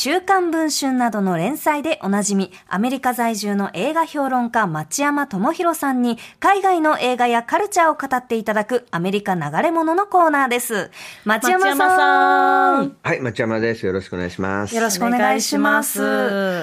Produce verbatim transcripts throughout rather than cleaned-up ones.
週刊文春などの連載でおなじみ、アメリカ在住の映画評論家町山智博さんに海外の映画やカルチャーを語っていただくアメリカ流れ物のコーナーです。町山さん。 さんはい、町山です。よろしくお願いします。 よろしくお願いします。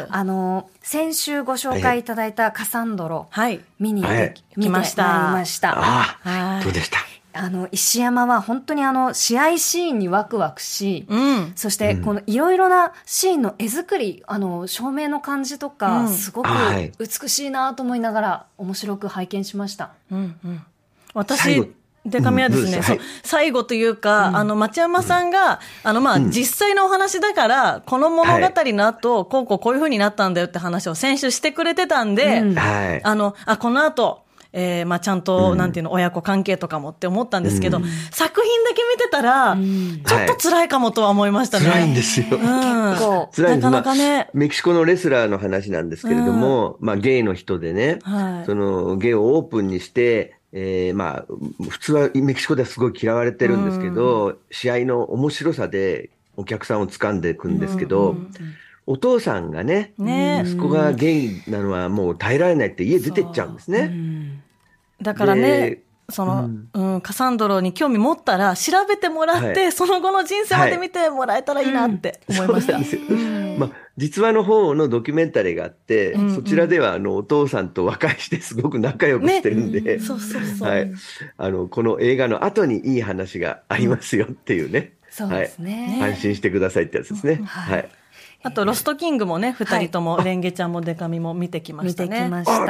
あの先週ご紹介いただいたカサンドロ、はい、見に行ってきました。見ました。 ああ、どうでした？ あの石山は本当にあの試合シーンにワクワクし、うん、そしてこのいろいろなシーンの絵作り、あの照明の感じとか、うん、すごく美しいなと思いながら面白く拝見しました。うんうん、 私デカミはですね、うん、そう、最後というか、うん、あの町山さんが、うん、あのまあ、うん、実際のお話だからこの物語の後、はい、こうこうこういう風になったんだよって話を先週してくれてたんで、うん、あのあこの後えー、まあちゃんと、うん、なんていうの、親子関係とかもって思ったんですけど、うん、作品だけ見てたら、うん、ちょっと辛いかもとは思いましたね。 はい、辛いんですよ。うん、 結構辛いんです。 なかなかね、 まあ、メキシコのレスラーの話なんですけれども、うん、まあゲイの人でね、はい、そのゲイをオープンにして、えー、まあ普通はメキシコではすごい嫌われてるんですけど、うん、試合の面白さでお客さんを掴んでいくんですけど、うんうん、お父さんがね、ね、息子がゲイなのはもう耐えられないって家出てっちゃうんですね。 だからね、その、うんうん、カサンドロに興味持ったら調べてもらって、はい、その後の人生まで見てもらえたらいいなって思いました。 はい、そうなんですよ。まあ、実話の方のドキュメンタリーがあって、うんうん、そちらではあのお父さんと和解してすごく仲良くしてるんで、ね、 そうそうそう、 はい、あのこの映画の後にいい話がありますよっていうね、うん、 そうですね、 はい、安心してくださいってやつですね。うん、はい、はい、 あとロストキングもね、ふたりとも、レンゲちゃんもデカミも見てきましたね。 見てきました。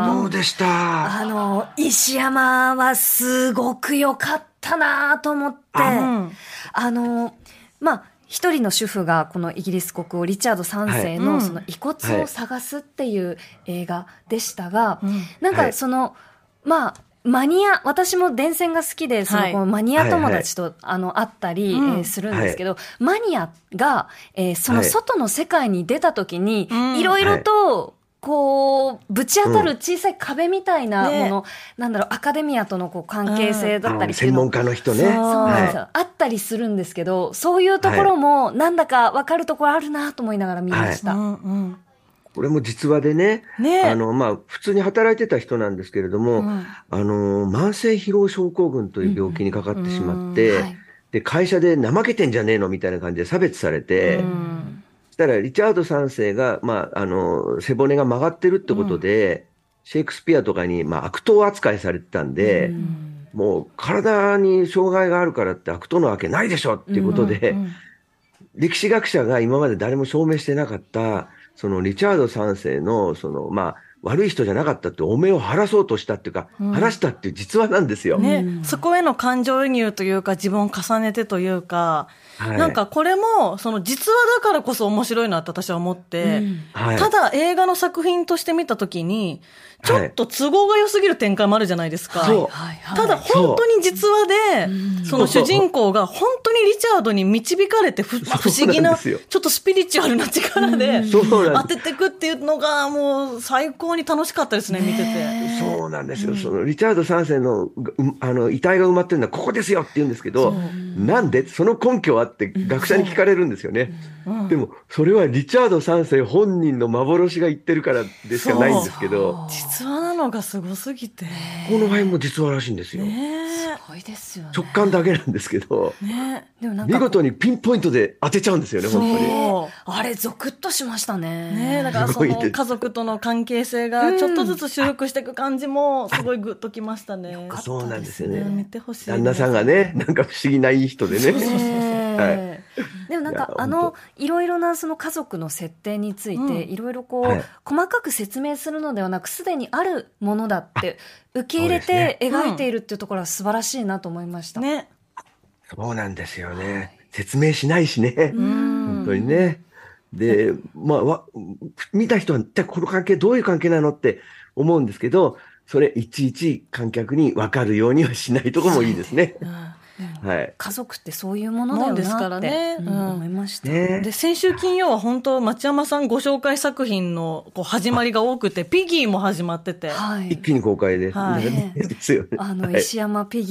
どうでした？ あの石山はすごく良かったなと思って、あ、うん、あのまあ一人の主婦がこのイギリス国王リチャードさんせいのその遺骨を探すっていう映画でしたが、はい、なんかその、まあマニア、私も電線が好きで、その、はい、このマニア友達と、はいはい、あの、会ったり、うん、えー、するんですけど、はい、マニアが、えー、その外の世界に出た時に、はい、いろいろと、こう、ぶち当たる小さい壁みたいなもの、うんね、なんだろう、アカデミアとのこう関係性だったりっていうの、 専門家の人ね。 そうなんですよ、はい。あったりするんですけど、そういうところも、なんだか分かるところあるなと思いながら見ました。はい、うんうん、 これも実話でね、ね、あの、まあ、普通に働いてた人なんですけれども、うん、あの、慢性疲労症候群という病気にかかってしまって、うんうんはい、で、会社で怠けてんじゃねえのみたいな感じで差別されて、うん、そしたら、リチャードさんせいが、まあ、あの、背骨が曲がってるってことで、うん、シェイクスピアとかに、まあ、悪党扱いされてたんで、うん、もう、体に障害があるからって悪党なわけないでしょっていうことで、うんうん、歴史学者が今まで誰も証明してなかった、そのリチャードさんせいの、その、まあ、悪い人じゃなかったって汚名を晴らそうとしたっていうか、うん、晴らしたっていう実話なんですよ。 ね、うん、そこへの感情移入というか、自分を重ねてというか、はい、なんかこれも、その実話だからこそ面白いなって私は思って、うんはい、ただ映画の作品として見たときに、ちょっと都合が良すぎる展開もあるじゃないですか。はい、ただ本当に実話で、その主人公が本当にリチャードに導かれて不、不思議な、ちょっとスピリチュアルな力で当てていくっていうのがもう最高に楽しかったですね、見てて。 そうなんですよ。そのリチャードさんせいの、あの遺体が埋まってるのはここですよって言うんですけど、なんでその根拠はって学者に聞かれるんですよね。うん、でもそれはリチャードさんせい本人の幻が言ってるからでしかないんですけど、 実話なのがすごすぎて、 この場合も実話らしいんですよ。 ね、すごいですよね。 直感だけなんですけど、ね、でもなんか見事にピンポイントで当てちゃうんですよね。本当にあれゾクッとしましたね。 ね、だからその家族との関係性がちょっとずつ修復していく感じもすごいグッときましたね。 うん、そうなんですよね。 見てほしい。 旦那さんがね、なんか不思議ないい人でね。そうそうそうそう、 はい、でもなんかあのいろいろなその家族の設定についていろいろこう、はい、細かく説明するのではなくすでにあるものだって受け入れて描いているっていうところは素晴らしいなと思いました。ね、 そうなんですよね。はい、説明しないしね。本当にね。で、まあ、わ見た人はこの関係どういう関係なのって思うんですけど、それいちいち観客に分かるようにはしないところもいいですね。 はい、家族ってそういうものだよなってですからね、うん、思いました、 ね、で先週金曜は本当町山さんご紹介作品のこう始まりが多くてピギーも始まってて、 はい、一気に公開で、はい、ですよね。 あの石山ピギー見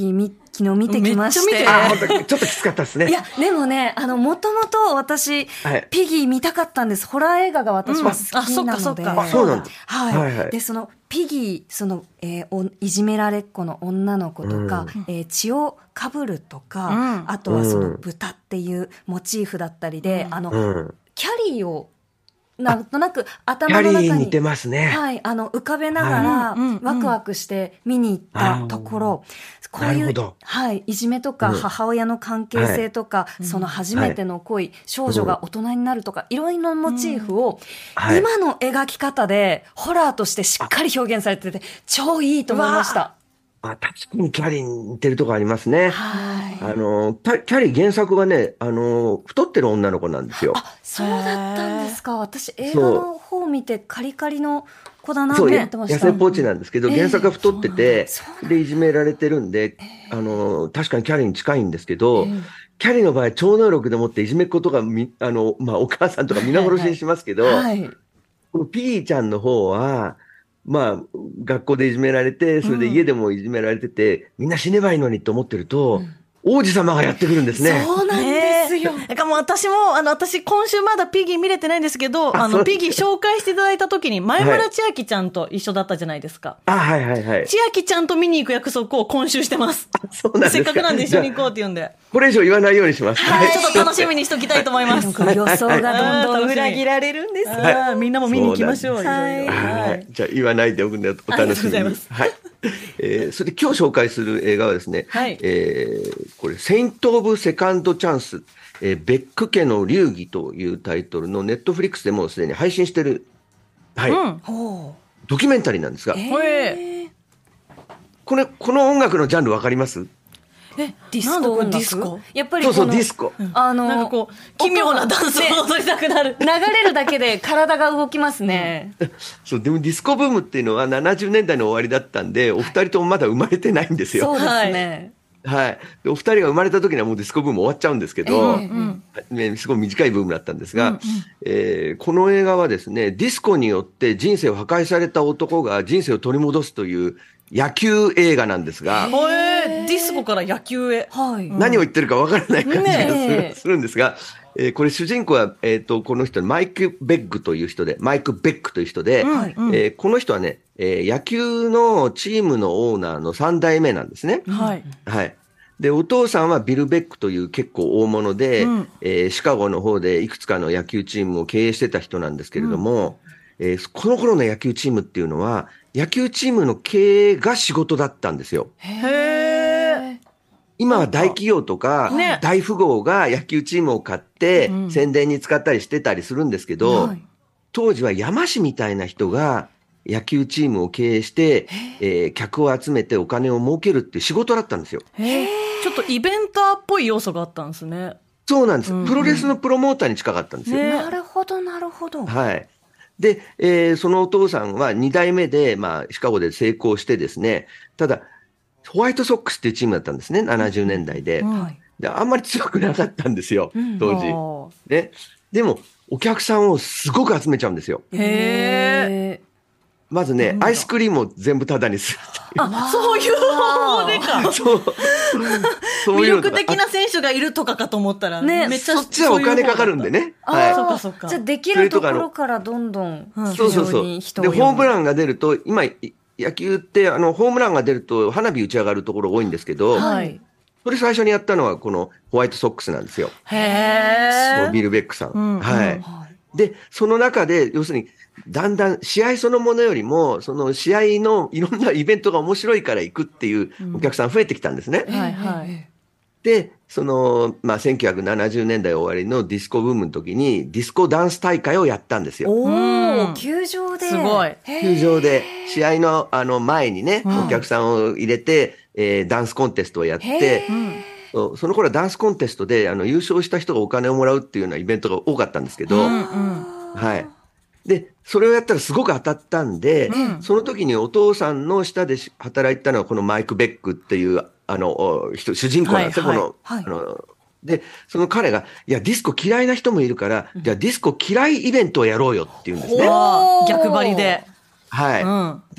昨日見てきまして。 あ、本当ちょっときつかったですね。 いや、でもね、あの、もともと私、はい、ピギー見たかったんです。ホラー映画が私は好きなので。うん、 あ、そうなんだ。 はい。はいはい、で、その、ピギー、その、えー、おいじめられっ子の女の子とか、うん、えー、血をかぶるとか、うん、あとはその、豚っていうモチーフだったりで、うん、あの、うん、キャリーを、なんとなく頭の中に、 キャリー似てますね。 はい、あの、浮かべながら、ワクワクして見に行ったところ、こういう、はい、いじめとか母親の関係性とか、うん、その初めての恋、はい、少女が大人になるとか、いろいろなモチーフを、うん、今の描き方で、ホラーとしてしっかり表現されてて、超いいと思いました。 あ、確かにキャリーに似てるとこありますね。はい。あの、キャリー原作はね、あの、太ってる女の子なんですよ。 あ、そうだったんですか。私、映画の方を見てカリカリの子だなって思ってました。 そう、痩せポーチなんですけど、原作は太ってて、えー、で、いじめられてるんで、えー、あの、確かにキャリーに近いんですけど、えー、キャリーの場合、超能力でもっていじめっ子とか、み、あの、まあ、お母さんとか皆殺しにしますけど、はいはい、このピーちゃんの方は、まあ、学校でいじめられて、それで家でもいじめられてて、うん、みんな死ねばいいのにと思ってると、うん、王子様がやってくるんですね。 そうなんですよ。 だからもう私も、あの、私今週まだピギー見れてないんですけど、あの、ピギー紹介していただいた時に、前村千秋ちゃんと一緒だったじゃないですか。 あ、はいはいはい。 千秋ちゃんと見に行く約束を今週してます。 あ、そうなんですか。 せっかくなんで一緒に行こうって言うんで。 これ以上言わないようにします。 はい。ちょっと楽しみにしときたいと思います。 予想がどんどん裏切られるんですよ。 はい、みんなも見に行きましょう。はい。 はい。じゃあ言わないでおくんでお楽しみに。ありがとうございます。はい。えー、それで今日紹介する映画はですね、はい、えー、これ、セイント・オブ・セカンド・チャンス、えー、ベック家の流儀というタイトルのネットフリックスでもすでに配信してる、はい、うん、ドキュメンタリーなんですが、えー、これ、この音楽のジャンルわかります？ え、ディスコ音楽？ディスコ？やっぱりそうそう、ディスコ。 あの、なんかこう、奇妙なダンスを踊りたくなる。 流れるだけで体が動きますね。 そう、でもディスコブームっていうのはななじゅうねんだいの終わりだったんで、お二人ともまだ生まれてないんですよ。 そうですね。 はい。お二人が生まれた時にはもうディスコブーム終わっちゃうんですけど、えーね、すごい短いブームだったんですが、うんうん、えー、この映画はですね、ディスコによって人生を破壊された男が人生を取り戻すという野球映画なんですが、 えー、ディスコから野球へ、 はい、何を言ってるかわからない感じがする、ね、するんですが、えー、これ主人公は、えーと、この人、マイク・ベッグという人で、マイク・ベックという人で、はい、えー、この人はね、えー、野球のチームのオーナーのさん代目なんですね。はい。はい。で、お父さんはビル・ベックという結構大物で、うん、えー、シカゴの方でいくつかの野球チームを経営してた人なんですけれども、うん、えー、この頃の野球チームっていうのは、野球チームの経営が仕事だったんですよ。へー。今は大企業とか、ね、大富豪が野球チームを買って、うん、宣伝に使ったりしてたりするんですけど、はい、当時は山師みたいな人が野球チームを経営して、えー、客を集めてお金を儲けるっていう仕事だったんですよ。 へー。ちょっとイベンターっぽい要素があったんですね。 そうなんです。うんうん、プロレスのプロモーターに近かったんですよ。 ね、なるほど、なるほど。 はい。で、えー、そのお父さんはに代目で、まあ、シカゴで成功してですね、ただ、ホワイトソックスっていうチームだったんですね、ななじゅうねんだいで。うん、であんまり強くなかったんですよ、当時。うん、ね。でも、お客さんをすごく集めちゃうんですよ。へー。まずね、アイスクリームを全部タダにする。 あ、そういう方法でか。そう。そういう魅力的な選手がいるとかかと思ったらね、 めっちゃそっちはお金かかるんでね。 はい。そうかそうか。じゃあできるところからどんどんそうそうそう。で、ホームランが出ると、今、野球って、あの、ホームランが出ると花火打ち上がるところ多いんですけど、はい。それ最初にやったのはこのホワイトソックスなんですよ。へー。ビル・ベックさん。うん、はい。で、その中で、要するに、だんだん試合そのものよりも、その試合のいろんなイベントが面白いから行くっていうお客さん増えてきたんですね。うん、はいはい。で、その、まあ、せんきゅうひゃくななじゅうねんだい終わりのディスコブームの時に、ディスコダンス大会をやったんですよ。 おー、球場で。 すごい。 球場で、試合のあの前にね、お客さんを入れて、えー、ダンスコンテストをやって、そその頃はダンスコンテストであの優勝した人がお金をもらうっていうようなイベントが多かったんですけど、うんうん、はい。で、それをやったらすごく当たったんで、うん、その時にお父さんの下で働いてたのはこのマイク・ベックっていう、あの、人、主人公なんですよ、はいはい、この、はい、あの、で、その彼が、いや、ディスコ嫌いな人もいるから、うん、じゃあディスコ嫌いイベントをやろうよって言うんですね。 逆張りで。 はい。うん、で、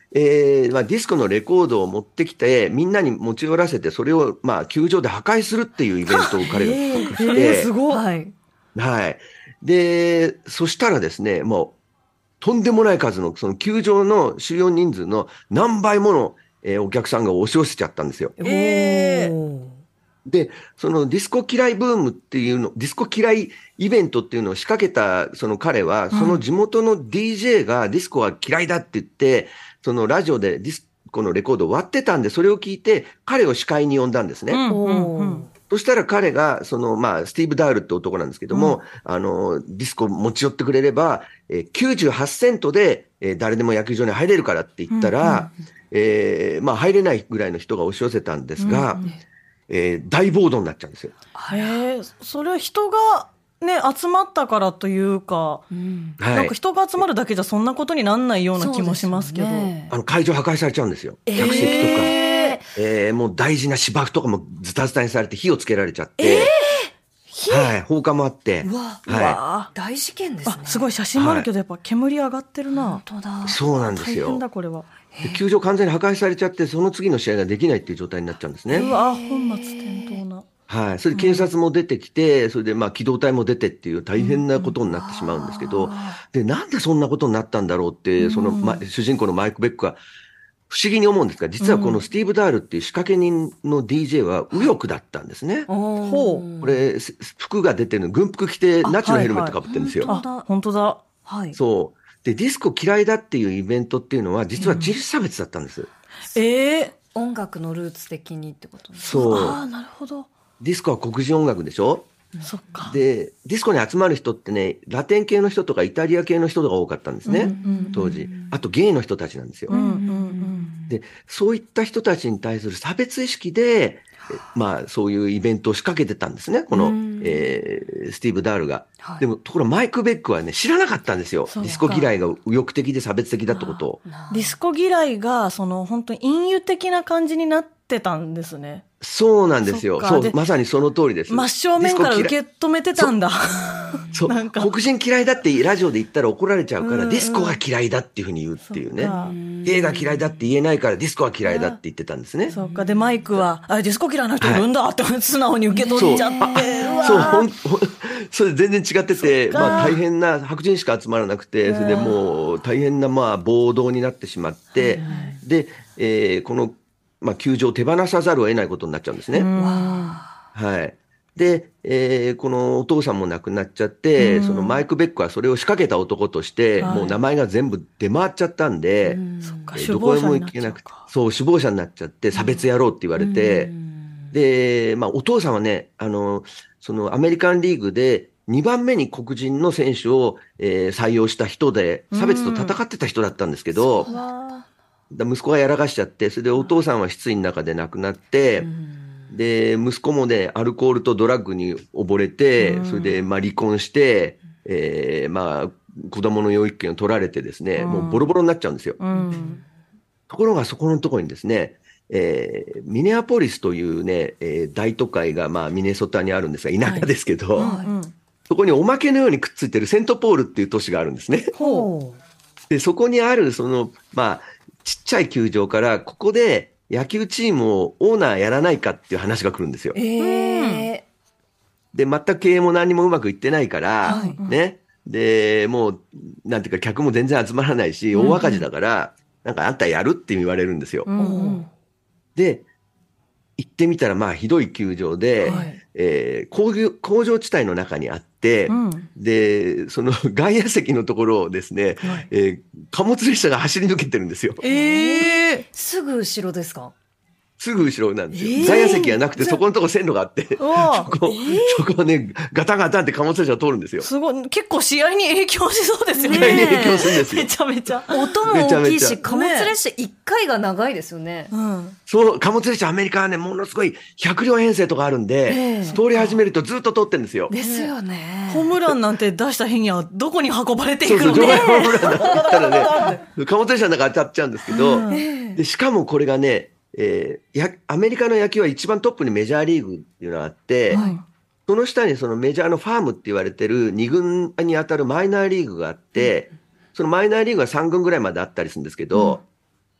えーまあ、ディスコのレコードを持ってきて、みんなに持ち寄らせて、それを、まあ、球場で破壊するっていうイベントを彼が企画して、 えー、すごい。はい。 はい。で、そしたらですね、もう、とんでもない数の、その球場の収容人数の何倍もの、えー、お客さんが押し寄せちゃったんですよ。 えー、 で、そのディスコ嫌いブームっていうの、ディスコ嫌いイベントっていうのを仕掛けたその彼は、その地元の ディージェー がディスコは嫌いだって言って、そのラジオでディスコのレコードを割ってたんで、それを聞いて、彼を司会に呼んだんですね。うんうんうん、そしたら彼が、その、まあ、スティーブ・ダールって男なんですけども、うん、あの、ディスコ持ち寄ってくれれば、えー、きゅうじゅうはちセントで、えー、誰でも野球場に入れるからって言ったら、うんうん、えー、まあ、入れないぐらいの人が押し寄せたんですが、うんうん、えー、大暴動になっちゃうんですよ。 へえ、それは人が、ね、集まったからというか、うん、なんか人が集まるだけじゃそんなことにならないような気もしますけど。ね、 あの会場破壊されちゃうんですよ。客席とか。えーえー、もう大事な芝生とかもズタズタにされて火をつけられちゃって。えー、はい。放火もあって。 うわ、はい、うわ大事件ですね。 あ、すごい写真もあるけど、やっぱ煙上がってるな。 本当だ。 そうなんですよ。 大変だ、これは。 で球場完全に破壊されちゃって、その次の試合ができないっていう状態になっちゃうんですね。 うわ、本末転倒な。 はい。それで警察も出てきて、うん、それでまあ機動隊も出てっていう大変なことになってしまうんですけど、うん、で、なんでそんなことになったんだろうって、その、ま、主人公のマイク・ベックは不思議に思うんですが、実はこのスティーブ・ダールっていう仕掛け人の ディージェー は右翼だったんですね。ほう。これ、服が出てるの、軍服着てナチのヘルメットかぶってるんですよ。 はいはい、あ、本当だ。 はい。そう。で、ディスコ嫌いだっていうイベントっていうのは、実は人種差別だったんです。うん、 ええー、音楽のルーツ的にってことですか？ そう。 ああ、なるほど。 ディスコは黒人音楽でしょ？ そっか。 で、ディスコに集まる人ってね、ラテン系の人とかイタリア系の人が多かったんですね、うんうんうん、当時。あとゲイの人たちなんですよ、うんうんうん。で、そういった人たちに対する差別意識で、まあそういうイベントを仕掛けてたんですね、この、えー、スティーブ・ダールが、はい。でも、ところマイク・ベックはね、知らなかったんですよ。ディスコ嫌いが右翼的で差別的だってことを。 ディスコ嫌いが、その本当に陰油的な感じになってたんですね。 そうなんですよ。そう、まさにその通りです。 真正面から受け止めてたんだ。 そう。なんか黒人嫌いだってラジオで言ったら怒られちゃうから、うんうん、ディスコが嫌いだっていうふうに言うっていうね。ゲイが嫌いだって言えないからディスコは嫌いだって言ってたんですね。 そうか。で、マイクは、あ、ディスコ嫌いな人いるんだって素直に受け取っちゃって。 そう、ほん、ほん、それ全然違ってて、まあ大変な、白人しか集まらなくて、それでもう大変なまあ暴動になってしまって、で、えー、この、まあ、球場を手放さざるを得ないことになっちゃうんですね。はい。で、えー、このお父さんも亡くなっちゃって、そのマイク・ベックはそれを仕掛けた男として、もう名前が全部出回っちゃったんで、 はい、 どこへも行けなくて、そう、首謀者になっちゃって、差別野郎って言われて、で、まあ、お父さんはね、あの、そのアメリカンリーグでにばんめに黒人の選手を、えー、採用した人で、差別と戦ってた人だったんですけど、息子がやらかしちゃって、それでお父さんは失意の中で亡くなって、うん、で、息子もね、アルコールとドラッグに溺れて、うん、それで、まあ離婚して、えー、まあ、子供の養育権を取られてですね、うん、もうボロボロになっちゃうんですよ。うん、ところがそこのところにですね、えー、ミネアポリスというね、えー、大都会が、まあ、ミネソタにあるんですが、田舎ですけど、はいうん、そこにおまけのようにくっついてるセントポールっていう都市があるんですね。ほうで、そこにある、その、まあ、ちっちゃい球場から、ここで野球チームをオーナーやらないかっていう話が来るんですよ。えー、で、全く経営も何もうまくいってないから、はい、ね。で、もう、なんていうか客も全然集まらないし、大赤字だから、うん、なんかあんたやるって言われるんですよ。うん、で、行ってみたら、まあ、ひどい球場で、はい、えー、工業、工場地帯の中にあって、うん、で、その外野席のところをですね、はい、えー、貨物列車が走り抜けてるんですよ。 ええー、すぐ後ろですか？ すぐ後ろなんですよ。えー、外野席がなくて、そこのとこ線路があって、そこ、えー、そこはね、ガタガタって貨物列車が通るんですよ。 すごい、結構試合に影響しそうですよね。 試合に影響するんですよ。 めちゃめちゃ。 音も大きいし、貨物列車いっかいが長いですよね。 うん、そう、貨物列車アメリカはね、ものすごいひゃく両編成とかあるんで、えー、通り始めるとずっと通ってるんですよ。 ですよね。 ホームランなんて出した日にはどこに運ばれていくのね。 そうそう、ホームランなんて言ったらね、貨物列車の中当たっちゃうんですけど、うん、でしかもこれがね、えー、やアメリカの野球は一番トップにメジャーリーグっていうのがあって、はい、その下にそのメジャーのファームって言われてるに軍に当たるマイナーリーグがあって、うん、そのマイナーリーグはさん軍ぐらいまであったりするんですけど、うん、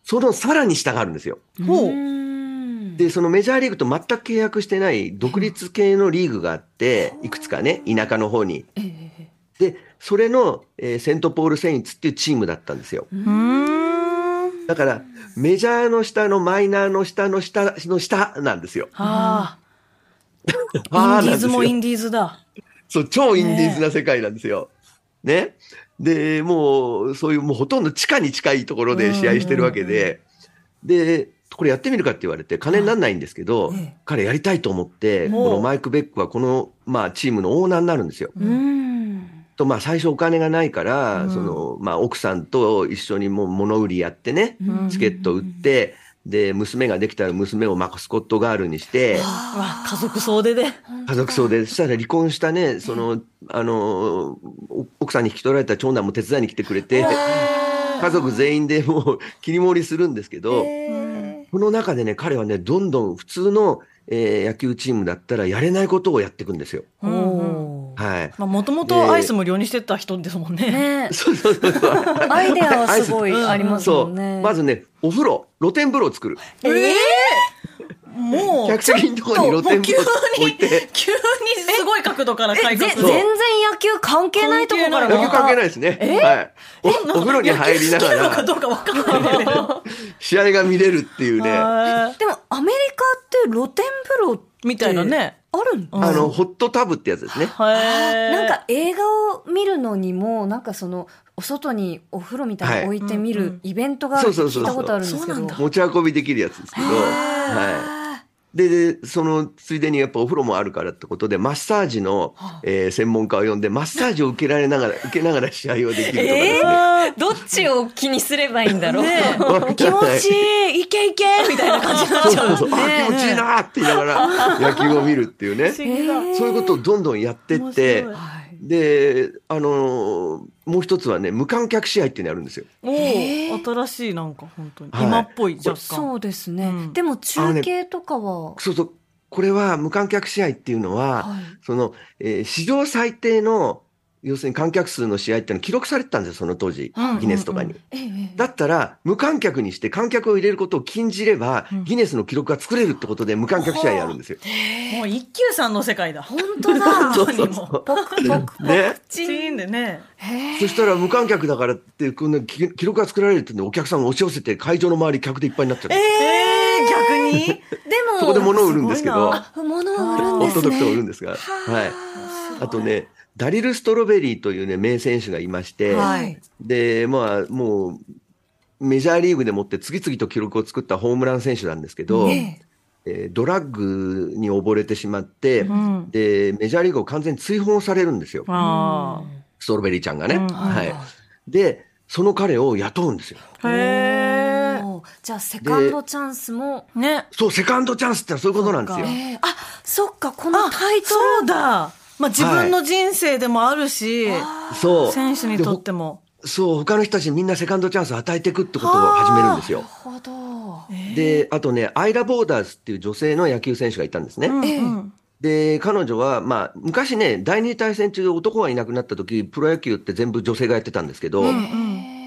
そのさらに下があるんですよ。 ほう。 で、そのメジャーリーグと全く契約してない独立系のリーグがあって、いくつかね、田舎の方に。で、それの、えー、セントポールセインツっていうチームだったんですよ。だから、メジャーの下のマイナーの下の下の下なんですよ。 はあ。インディーズもインディーズだ。 そう、超インディーズな世界なんですよ。ね。で、もう、そういう、もうほとんど地下に近いところで試合してるわけで、で、これやってみるかって言われて、金にならないんですけど、彼やりたいと思って、このマイク・ベックはこの、まあ、チームのオーナーになるんですよ。と、まあ、最初お金がないから、その、まあ、奥さんと一緒にもう物売りやってね、チケット売って、で、娘ができたら娘をマスコットガールにして、 家族総出で。 家族総出で、そしたら離婚したね、その、あの、奥さんに引き取られた長男も手伝いに来てくれて、家族全員でもう切り盛りするんですけど、この中でね、彼はね、どんどん普通の、えー、野球チームだったらやれないことをやっていくんですよ。はい。 まあ、もともとアイス無料にしてた人ですもんね。 ねそうそうそうそう。 アイデアはすごいありますもんね。 そう。まずね、お風呂、露天風呂を作る。 ええー、もう、 客席のところに露天風呂を置いて。 急にすごい角度から改革。 全然野球関係ないところから。 野球関係ないですね。はい。お風呂に入りながら。 かどうかわかんないけど。 試合が見れるっていうね。 でもアメリカって露天風呂みたいなね。 あるんあの、ホットタブってやつですね。 なんか映画を見るのにも、なんかその、お外にお風呂みたいなの置いてみるイベントが聞いたことあるんですけど。 持ち運びできるやつですけど。はい。で、で、そのついでにやっぱお風呂もあるからってことで、マッサージの、えー、専門家を呼んで、マッサージを受けられながら、受けながら試合をできるとかですね。えー、どっちを気にすればいいんだろう。ね、 気持ちいい、いけいけみたいな感じになっちゃう。 そうそうそう、あ、気持ちいいなって言いながら野球を見るっていうね。そういうことをどんどんやってって、で、あのー、もう一つはね、無観客試合っていうのやるんですよ。 おー、新しいなんか本当に。はい、今っぽい若干。 そうですね。うん、でも中継とかは、 ね。そうそう。これは無観客試合っていうのは、はい、その、えー、史上最低の、要するに観客数の試合っていうのは記録されてたんですよ、その当時。ギネスとかに。だったら、無観客にして観客を入れることを禁じれば、うん、ギネスの記録が作れるってことで無観客試合やるんですよ。 もう一級さんの世界だ。 本当だ。 そうそうそう。 ポクポクポク。 ね。 チーンでね。 そしたら無観客だからって、この記録が作られるってんで、お客さんが押し寄せて会場の周り客でいっぱいになっちゃう。 ええー、逆にでも、そこで物を売るんですけど。 物を売るんですね。 ホットドッグと売るんですが。はい。あとね、ダリル・ストロベリーというね、名選手がいまして、はい、で、まあ、もう、メジャーリーグでもって次々と記録を作ったホームラン選手なんですけど、ねえー、ドラッグに溺れてしまって、うん、で、メジャーリーグを完全に追放されるんですよ。あストロベリーちゃんがね、うん。はい。で、その彼を雇うんですよ。 へー。じゃあ、セカンドチャンスも。 ね。 そう、セカンドチャンスってそういうことなんですよ。 あ、そっか、このタイトル。 そうだ。まあ、自分の人生でもあるし、はい、そう選手にとっても。 そう、他の人たちにみんなセカンドチャンスを与えていくってことを始めるんですよ。 なるほど。 で、あとね、アイラ・ボーダースっていう女性の野球選手がいたんですね。うんうん、で、彼女は、まあ、昔ね、第二次大戦中男がいなくなった時、プロ野球って全部女性がやってたんですけど、うんうん、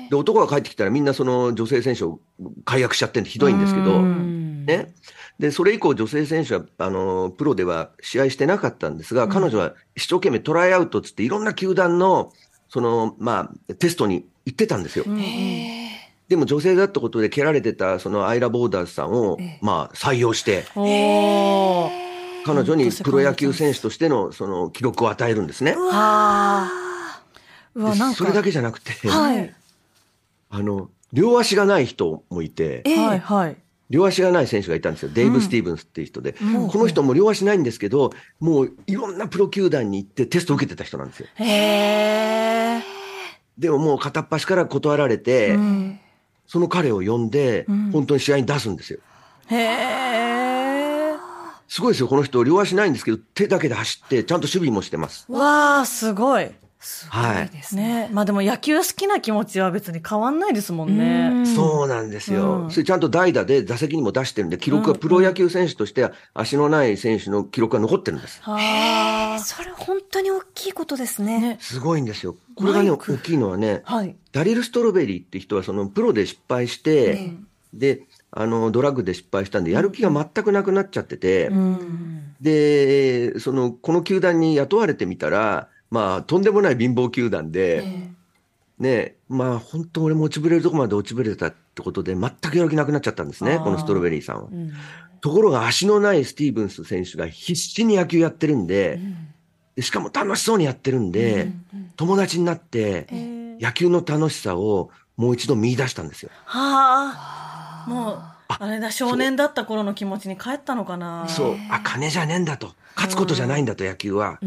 で、男が帰ってきたらみんなその女性選手を解約しちゃってんでひどいんですけど、ね。で、それ以降女性選手は、あの、プロでは試合してなかったんですが、うん、彼女は一生懸命トライアウトつっていろんな球団の、その、まあ、テストに行ってたんですよ。でも女性だったことで蹴られてた、そのアイラ・ボーダースさんを、まあ、採用して、彼女にプロ野球選手としての、その、記録を与えるんですね。うわうわなんかそれだけじゃなくて、はい、あの、両足がない人もいて、 はいはい。 両足がない選手がいたんですよ。デイブ・スティーブンスっていう人で。うん、この人も両足ないんですけど、もういろんなプロ球団に行ってテストを受けてた人なんですよ。へー。でももう片っ端から断られて、うん、その彼を呼んで、うん、本当に試合に出すんですよ。へー。すごいですよ。この人両足ないんですけど、手だけで走ってちゃんと守備もしてます。 わー、すごい。すごいですね。はい、ね。まあでも野球好きな気持ちは別に変わんないですもんね。 うんそうなんですよ、うん。それちゃんと代打で打席にも出してるんで、記録はプロ野球選手としては足のない選手の記録が残ってるんです。 うん、へー、それ本当に大きいことですね。ねすごいんですよ。これがね、大きいのはね、はい、ダリル・ストロベリーって人はそのプロで失敗して、うんで、あの、ドラッグで失敗したんで、やる気が全くなくなっちゃってて、うん、で、その、この球団に雇われてみたら、まあ、とんでもない貧乏球団で、えー、ね、まあ、本当俺も落ちぶれるとこまで落ちぶれたってことで、全くやる気なくなっちゃったんですね、このストロベリーさんは。うん、ところが、足のないスティーブンス選手が必死に野球やってるんで、うん、でしかも楽しそうにやってるんで、うん、友達になって、えー、野球の楽しさをもう一度見出したんですよ。 はあ、もう、あれだ、少年だった頃の気持ちに帰ったのかな。 そう、あ、金じゃねえんだと。勝つことじゃないんだと、野球は。うん、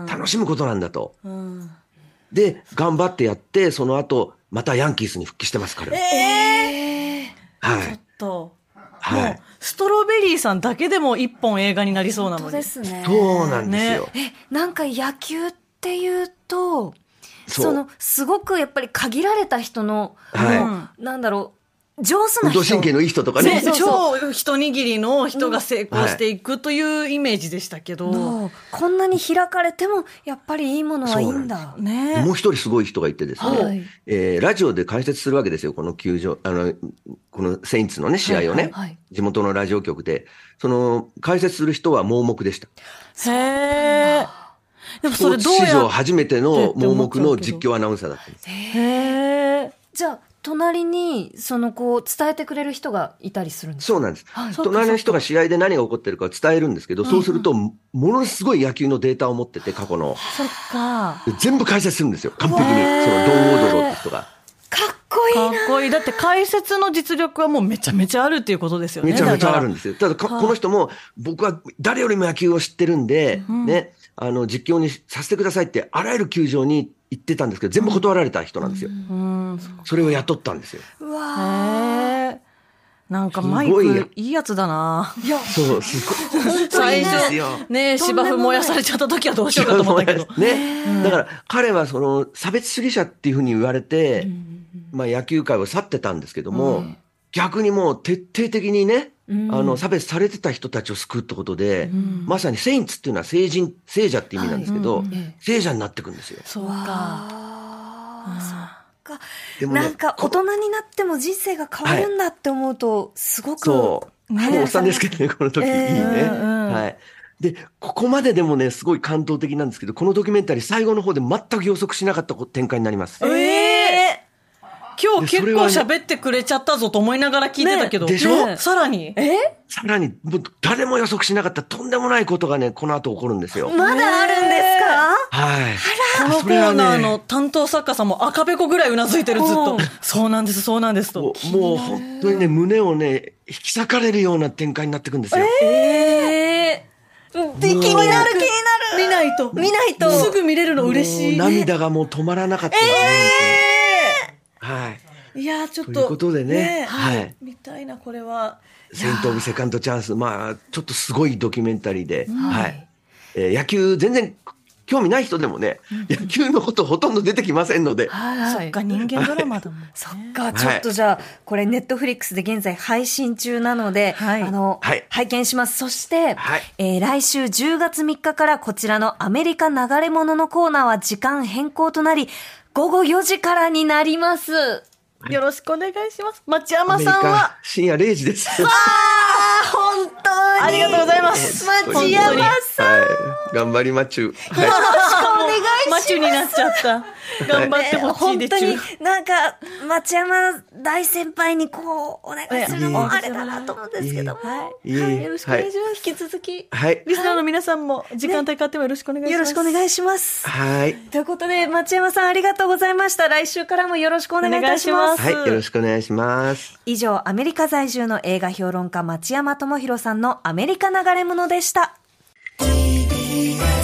楽しむことなんだと。うん、で、頑張ってやって、その後、またヤンキースに復帰してます、彼は。 えー、はい。ちょっと、はい、もう、ストロベリーさんだけでも一本映画になりそうなのに。 本当ですね。 そうなんですよ。 ね、え、なんか野球っていうと、その、すごくやっぱり限られた人の、はい、なんだろう、上手な人。 運動神経のいい人とかね。 そうそう超一握りの人が成功していくというイメージでしたけど。 うんはい、こんなに開かれても、やっぱりいいものはいいんだ。 ね、もう一人すごい人がいてですね、はい、えー、ラジオで解説するわけですよ、この球場、あの、このセインツのね、試合をね、はいはいはい、地元のラジオ局で。その、解説する人は盲目でした。 へー。 でもそれどうやってスポーツ史上初めての盲目の実況アナウンサーだったんです。 へー。じゃあ、隣に、その、こう、伝えてくれる人がいたりするんですか？ そうなんです。はい、隣の人が試合で何が起こってるかを伝えるんですけど、うん、そうすると、ものすごい野球のデータを持ってて、過去の。 そっか。 全部解説するんですよ。完璧に。その、ドン・オードローって人が。 かっこいいな。 かっこいい。だって解説の実力はもうめちゃめちゃあるっていうことですよね。 めちゃめちゃあるんですよ。ただ、この人も、僕は誰よりも野球を知ってるんで、うん、ね、あの、実況にさせてくださいって、あらゆる球場に行ってたんですけど、全部断られた人なんですよ。うん、それを雇ったんですよ。 うわー。 なんかマイクいいやつだな。 いや、 そう、すごい。本当にですよ。ね、芝生燃やされちゃった時はどうしようかと思ったけど。 ね。だから彼はその差別主義者っていうふうに言われて、うん、まあ野球界を去ってたんですけども、うん、逆にもう徹底的にね、うん、あの差別されてた人たちを救うってことで、うん、まさにセインツっていうのは聖人、聖者って意味なんですけど、はい、うん、聖者になっていくんですよ。 そうか。 でもね、なんか大人になっても人生が変わるんだって思うと、すごく、 そう。もうおっさんですけどね、この時、えー、いいね、うん。はい。で、ここまででもね、すごい感動的なんですけど、このドキュメンタリー最後の方で全く予測しなかった展開になります。 ええー今日結構喋ってくれちゃったぞと思いながら聞いてたけど。 ね、でしょ、 ね、さらにえさらに、もう誰も予測しなかったとんでもないことがね、この後起こるんですよ。 まだあるんですか？ はい。 このコーナーの担当作家さんも赤べこぐらいうなずいてる、ずっと。そうなんです、そうなんですと。 もう、もう本当にね、胸をね、引き裂かれるような展開になっていくんですよ。 ええー。気になる、気になる。 見ないと。 見ないと。 すぐ見れるの嬉しい。 涙がもう止まらなかったですね。えー、はい。 いやちょっと。 ということでね。ねはい。 見たいな、これは。 セイント・オブ・セカンド・チャンス。まあ、ちょっとすごいドキュメンタリーで。はい。えー、野球全然興味ない人でもね、野球のことほとんど出てきませんので。 はい。そっか、人間ドラマだもんね。 そっか、ちょっとじゃあ、これネットフリックスで現在配信中なので、はい、あの、はい、拝見します。そして、はい、えー、来週じゅうがつみっかからこちらのアメリカ流れ物のコーナーは時間変更となり、ごごよじからになります。よろしくお願いします。町山さんは深夜れいじです。 わあ、本当にありがとうございます。 町山さん、はい、 頑張りまちゅう、 はい、よろしくお願いします。 マチュになっちゃった。頑張ってほしいでちゅ、 はい、本当になんか町山大先輩にこうお願いするのもあれだなと思うんですけども、はい、はい、よろしくお願いします。はい、引き続き、はい、リスナーの皆さんも時間帯変わってもよろしくお願いします。よろしくお願いします。 はい。 ということで町山さんありがとうございました。来週からもよろしくお願いいたします。 はい、よろしくお願いします。 以上、アメリカ在住の映画評論家町山智博さんのアメリカ流れ物でした。ティービーエス